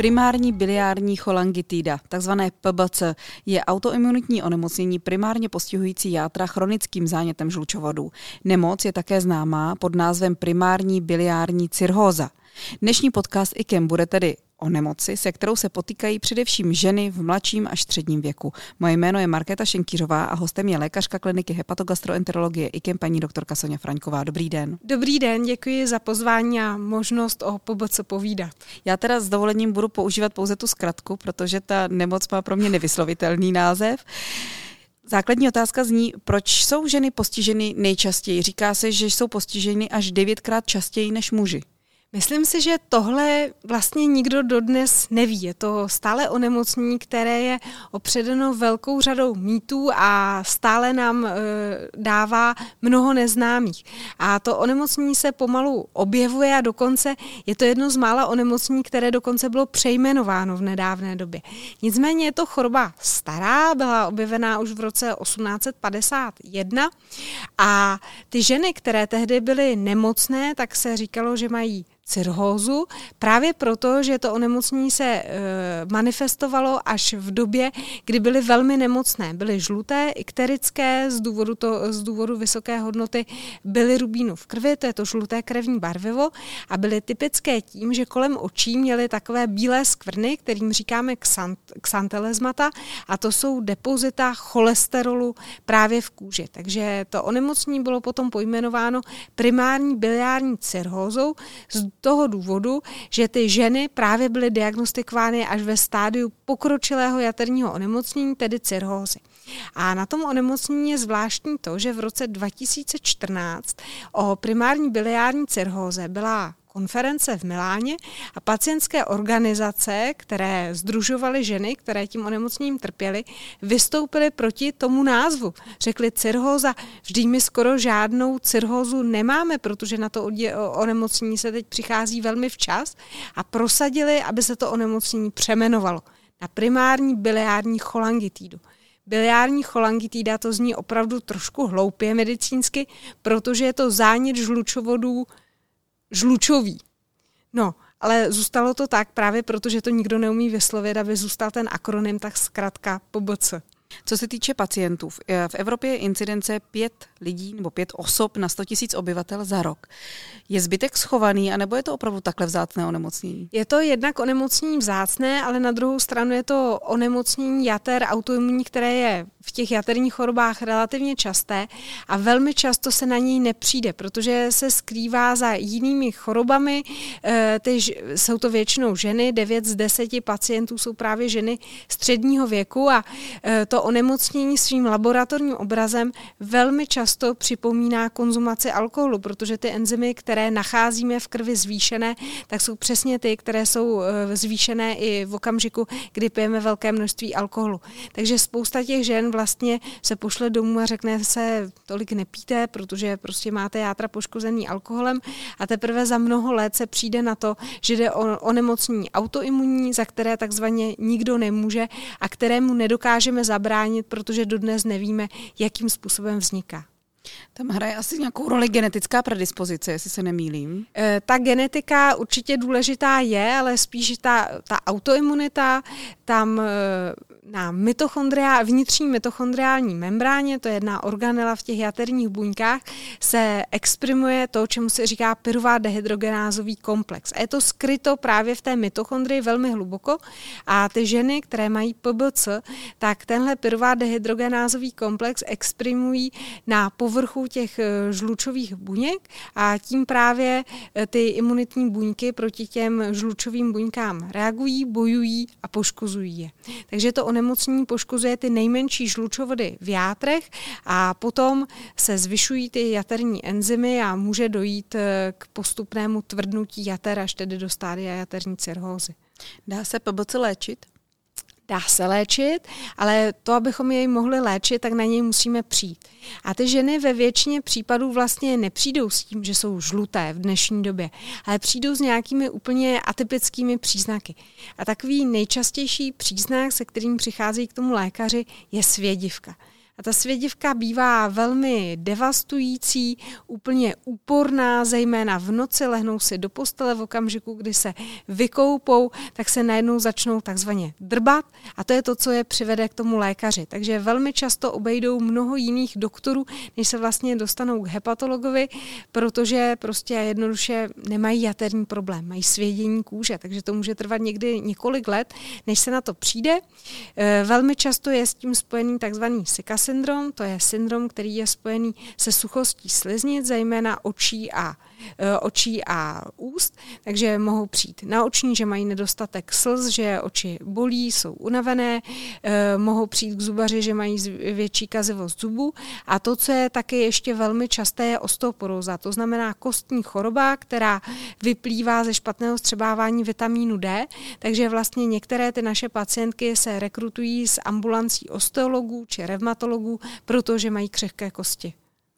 Primární biliární cholangitida, takzvané PBC, je autoimunitní onemocnění primárně postihující játra chronickým zánětem žlučovodů. Nemoc je také známá pod názvem primární biliární cirhóza. Dnešní podcast IKEM bude tedy o nemoci, se kterou se potýkají především ženy v mladším až středním věku. Moje jméno je Markéta Šenkýřová a hostem je lékařka kliniky hepatogastroenterologie IKEM paní doktorka Soňa Fraňková. Dobrý den. Dobrý den, děkuji za pozvání a možnost o PBC povídat. Já teda s dovolením budu používat pouze tu zkratku, protože ta nemoc má pro mě nevyslovitelný název. Základní otázka zní, proč jsou ženy postiženy nejčastěji? Říká se, že jsou postiženy až 9krát častěji než muži. Myslím si, že tohle vlastně nikdo dodnes neví. Je to stále onemocnění, které je opředeno velkou řadou mýtů a stále nám dává mnoho neznámých. A to onemocnění se pomalu objevuje a dokonce je to jedno z mála onemocnění, které dokonce bylo přejmenováno v nedávné době. Nicméně je to choroba stará, byla objevená už v roce 1851 a ty ženy, které tehdy byly nemocné, tak se říkalo, že mají cirhózu, právě proto, že to onemocnění se manifestovalo až v době, kdy byly velmi nemocné. Byly žluté, ikterické, z důvodu vysoké hodnoty bilirubínu v krvi, to je to žluté krevní barvivo, a byly typické tím, že kolem očí měly takové bílé skvrny, kterým říkáme xantelezmata, a to jsou depozita cholesterolu právě v kůži. Takže to onemocnění bylo potom pojmenováno primární biliární cirhózou z toho důvodu, že ty ženy právě byly diagnostikovány až ve stádiu pokročilého jaterního onemocnění, tedy cirhózy. A na tom onemocnění je zvláštní to, že v roce 2014 o primární biliární cirhóze byla konference v Miláně a pacientské organizace, které sdružovaly ženy, které tím onemocněním trpěly, vystoupily proti tomu názvu. Řekli cirhóza, vždyť my skoro žádnou cirhózu nemáme, protože na to onemocnění se teď přichází velmi včas, a prosadili, aby se to onemocnění přejmenovalo na primární biliární cholangitidu. Biliární cholangitida, to zní opravdu trošku hloupě medicínsky, protože je to zánět žlučovodů žlučový. No, ale zůstalo to tak právě proto, že to nikdo neumí vyslovit, aby zůstal ten akronym, tak zkrátka PBC. Co se týče pacientů, v Evropě je incidence 5 lidí nebo 5 osob na 100 000 obyvatel za rok. Je zbytek schovaný, anebo je to opravdu takhle vzácné onemocnění? Je to jednak onemocnění vzácné, ale na druhou stranu je to onemocnění jater autoimunní, které je v těch jaterních chorobách relativně časté a velmi často se na něj nepřijde, protože se skrývá za jinými chorobami. Jsou to většinou ženy, 9 z 10 pacientů jsou právě ženy středního věku a to onemocnění svým laboratorním obrazem velmi často připomíná konzumaci alkoholu, protože ty enzymy, které nacházíme v krvi zvýšené, tak jsou přesně ty, které jsou zvýšené i v okamžiku, kdy pijeme velké množství alkoholu. Takže spousta těch žen vlastně se pošle domů a řekne se, tolik nepijte, protože prostě máte játra poškozený alkoholem, a teprve za mnoho let se přijde na to, že jde o onemocnění autoimunní, za které takzvaně nikdo nemůže a kterému nedokážeme zabránit, protože dodnes nevíme, jakým způsobem vzniká. Tam hraje asi nějakou roli genetická predispozice, jestli se nemýlím. Ta genetika určitě důležitá je, ale spíš ta autoimunita tam na vnitřní mitochondriální membráně, to je jedna organela v těch jaterních buňkách, se exprimuje to, čemu se říká pyruvát dehydrogenázový komplex. A je to skryto právě v té mitochondrii velmi hluboko a ty ženy, které mají PBC, tak tenhle pyruvát dehydrogenázový komplex exprimují na povrchu těch žlučových buněk a tím právě ty imunitní buňky proti těm žlučovým buňkám reagují, bojují a poškozují je. Takže to onemocnění poškozuje ty nejmenší žlučovody v játrech a potom se zvyšují ty jaterní enzymy a může dojít k postupnému tvrdnutí jater až tedy do stádia jaterní cirhózy. Dá se PBC léčit? Dá se léčit, ale to, abychom jej mohli léčit, tak na něj musíme přijít. A ty ženy ve většině případů vlastně nepřijdou s tím, že jsou žluté v dnešní době, ale přijdou s nějakými úplně atypickými příznaky. A takový nejčastější příznak, se kterým přichází k tomu lékaři, je svědivka. A ta svědivka bývá velmi devastující, úplně úporná, zejména v noci, lehnou si do postele v okamžiku, kdy se vykoupou, tak se najednou začnou takzvaně drbat a to je to, co je přivede k tomu lékaři. Takže velmi často obejdou mnoho jiných doktorů, než se vlastně dostanou k hepatologovi, protože prostě jednoduše nemají jaterní problém, mají svědění kůže, takže to může trvat někdy několik let, než se na to přijde. Velmi často je s tím spojený takzvaný Sika syndrom, to je syndrom, který je spojený se suchostí sliznic, zejména očí a úst, takže mohou přijít na oční, že mají nedostatek slz, že oči bolí, jsou unavené, mohou přijít k zubaři, že mají větší kazivost zubů a to, co je taky ještě velmi časté, je osteoporóza, to znamená kostní choroba, která vyplývá ze špatného vstřebávání vitamínu D, takže vlastně některé ty naše pacientky se rekrutují z ambulancí osteologů či revmatologů, protože mají křehké kosti.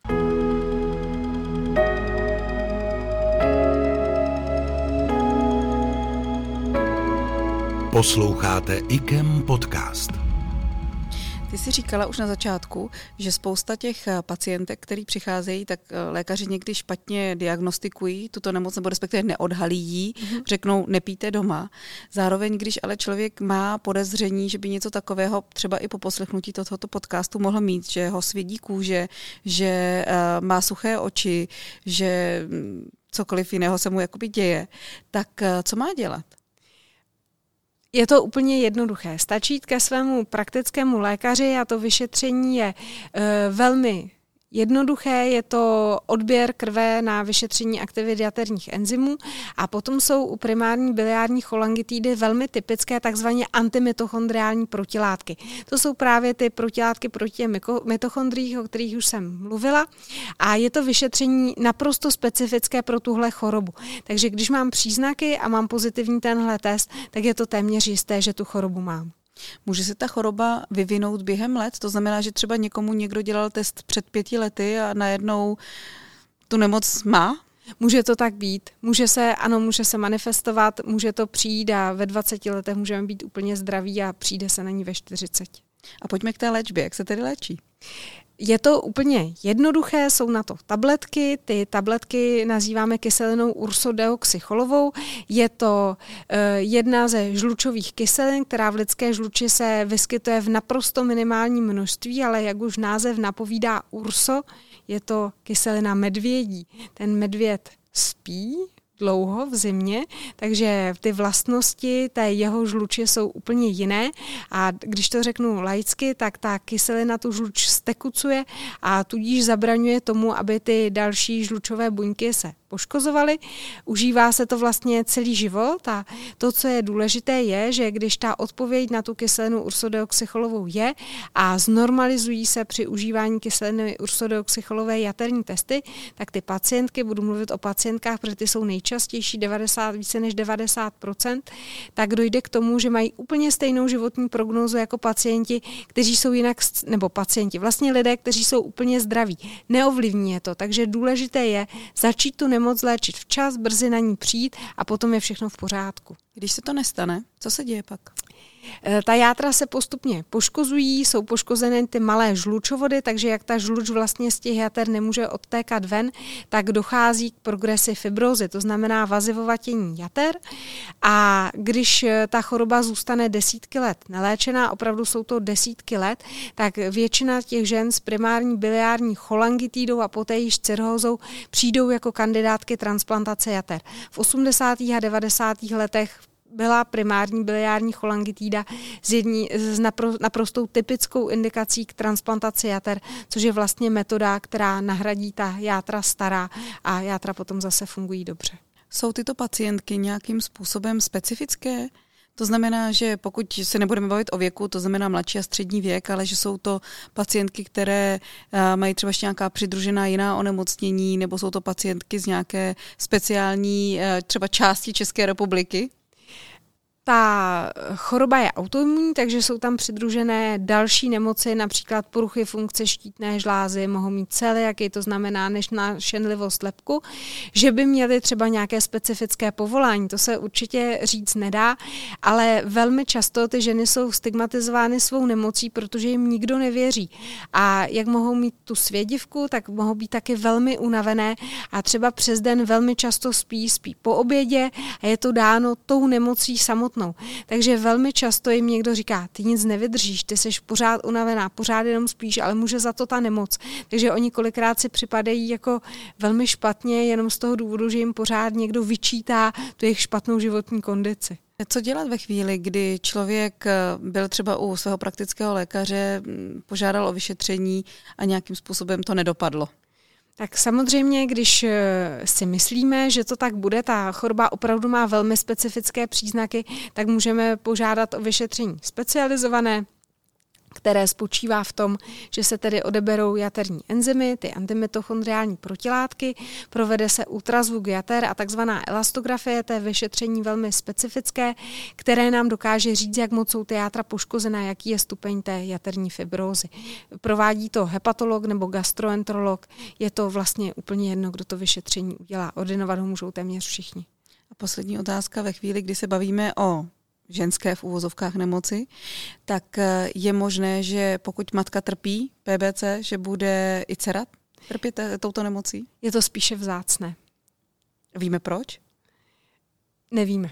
Posloucháte IKEM podcast. Ty jsi říkala už na začátku, že spousta těch pacientek, který přicházejí, tak lékaři někdy špatně diagnostikují tuto nemoc, nebo respektive neodhalí ji, řeknou nepijte doma. Zároveň, když ale člověk má podezření, že by něco takového třeba i po poslechnutí tohoto podcastu mohl mít, že ho svědí kůže, že má suché oči, že cokoliv jiného se mu jakoby děje, tak co má dělat? Je to úplně jednoduché. Stačí jít ke svému praktickému lékaři a to vyšetření je velmi jednoduché, je to odběr krve na vyšetření aktivit jaterních enzymů a potom jsou u primární biliární cholangitidy velmi typické takzvané antimitochondriální protilátky. To jsou právě ty protilátky proti mitochondriích, o kterých už jsem mluvila a je to vyšetření naprosto specifické pro tuhle chorobu. Takže když mám příznaky a mám pozitivní tenhle test, tak je to téměř jisté, že tu chorobu mám. Může se ta choroba vyvinout během let? To znamená, že třeba někomu někdo dělal test před 5 lety a najednou tu nemoc má? Může to tak být. Může se manifestovat, může to přijít a ve 20 letech můžeme být úplně zdraví a přijde se na ní ve 40. A pojďme k té léčbě. Jak se tedy léčí? Je to úplně jednoduché, jsou na to tabletky, ty tabletky nazýváme kyselinou ursodeoxycholovou, je to jedna ze žlučových kyselin, která v lidské žluči se vyskytuje v naprosto minimálním množství, ale jak už název napovídá urso, je to kyselina medvědí. Ten medvěd spí dlouho v zimě, takže ty vlastnosti té jeho žluči jsou úplně jiné a když to řeknu laicky, tak ta kyselina tu žluč stekucuje a tudíž zabraňuje tomu, aby ty další žlučové buňky se poškozovaly. Užívá se to vlastně celý život a to, co je důležité, je, že když ta odpověď na tu kyselinu ursodeoxycholovou je a znormalizují se při užívání kyseliny ursodeoxycholové jaterní testy, tak ty pacientky, budu mluvit o pacientkách, protože ty jsou nejčastější, více než 90%, tak dojde k tomu, že mají úplně stejnou životní prognózu jako pacienti, kteří jsou jinak, nebo pacienti, vlastně lidé, kteří jsou úplně zdraví. Neovlivní je to, takže důležité je začít tu nemoc léčit včas, brzy na ní přijít a potom je všechno v pořádku. Když se to nestane, co se děje pak? Ta játra se postupně poškozují, jsou poškozené ty malé žlučovody, takže jak ta žluč vlastně z těch jater nemůže odtékat ven, tak dochází k progresi fibrózy, to znamená vazivovatění jater a když ta choroba zůstane desítky let neléčená, opravdu jsou to desítky let, tak většina těch žen s primární biliární cholangitidou a poté již cirhózou přijdou jako kandidátky transplantace jater. V 80. a 90. letech byla primární biliární cholangitída s naprostou typickou indikací k transplantaci jater, což je vlastně metoda, která nahradí ta játra stará a játra potom zase fungují dobře. Jsou tyto pacientky nějakým způsobem specifické? To znamená, že pokud se nebudeme bavit o věku, to znamená mladší a střední věk, ale že jsou to pacientky, které mají třeba ještě nějaká přidružená jiná onemocnění, nebo jsou to pacientky z nějaké speciální třeba části České republiky? Ta choroba je autoimunní, takže jsou tam přidružené další nemoci, například poruchy funkce štítné žlázy, mohou mít celiaky, to znamená nesnášenlivost lepku, že by měly třeba nějaké specifické povolání. To se určitě říct nedá, ale velmi často ty ženy jsou stigmatizovány svou nemocí, protože jim nikdo nevěří. A jak mohou mít tu svědivku, tak mohou být taky velmi unavené a třeba přes den velmi často spí po obědě a je to dáno tou nemocí samotnou. Takže velmi často jim někdo říká, ty nic nevydržíš, ty seš pořád unavená, pořád jenom spíš, ale může za to ta nemoc. Takže oni kolikrát si připadají jako velmi špatně jenom z toho důvodu, že jim pořád někdo vyčítá tu jejich špatnou životní kondici. Co dělat ve chvíli, kdy člověk byl třeba u svého praktického lékaře, požádal o vyšetření a nějakým způsobem to nedopadlo? Tak samozřejmě, když si myslíme, že to tak bude, ta choroba opravdu má velmi specifické příznaky, tak můžeme požádat o vyšetření specializované, které spočívá v tom, že se tedy odeberou jaterní enzymy, ty antimitochondriální protilátky, provede se ultrazvuk jater a takzvaná elastografie, to je vyšetření velmi specifické, které nám dokáže říct, jak moc jsou ty játra poškozená, jaký je stupeň té jaterní fibrózy. Provádí to hepatolog nebo gastroenterolog, je to vlastně úplně jedno, kdo to vyšetření udělá. Ordinovat ho můžou téměř všichni. A poslední otázka, ve chvíli, kdy se bavíme o ženské v uvozovkách nemoci, tak je možné, že pokud matka trpí PBC, že bude i dcera trpět touto nemocí? Je to spíše vzácné. Víme proč? Nevíme.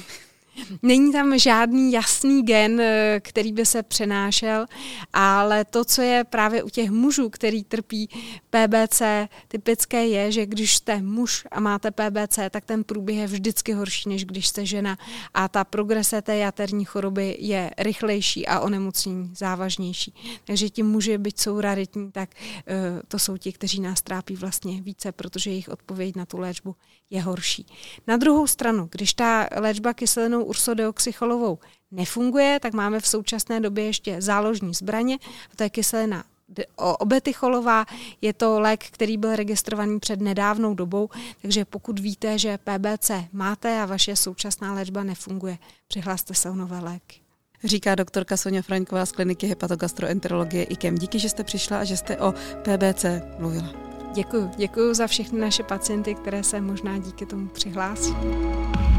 Není tam žádný jasný gen, který by se přenášel, ale to, co je právě u těch mužů, který trpí PBC, typické je, že když jste muž a máte PBC, tak ten průběh je vždycky horší, než když jste žena a ta progrese té jaterní choroby je rychlejší a onemocnění závažnější. Takže ti muži, byť jsou raritní, tak to jsou ti, kteří nás trápí vlastně více, protože jejich odpověď na tu léčbu je horší. Na druhou stranu, když ta léčba kyselinou ursodeoxycholovou nefunguje, tak máme v současné době ještě záložní zbraně, a to je kyselina obetycholová, je to lék, který byl registrovaný před nedávnou dobou, takže pokud víte, že PBC máte a vaše současná léčba nefunguje, přihlaste se o nové léky. Říká doktorka Soňa Fraňková z kliniky hepatogastroenterologie IKEM. Díky, že jste přišla a že jste o PBC mluvila. Děkuji za všechny naše pacienty, které se možná díky tomu přihlásí.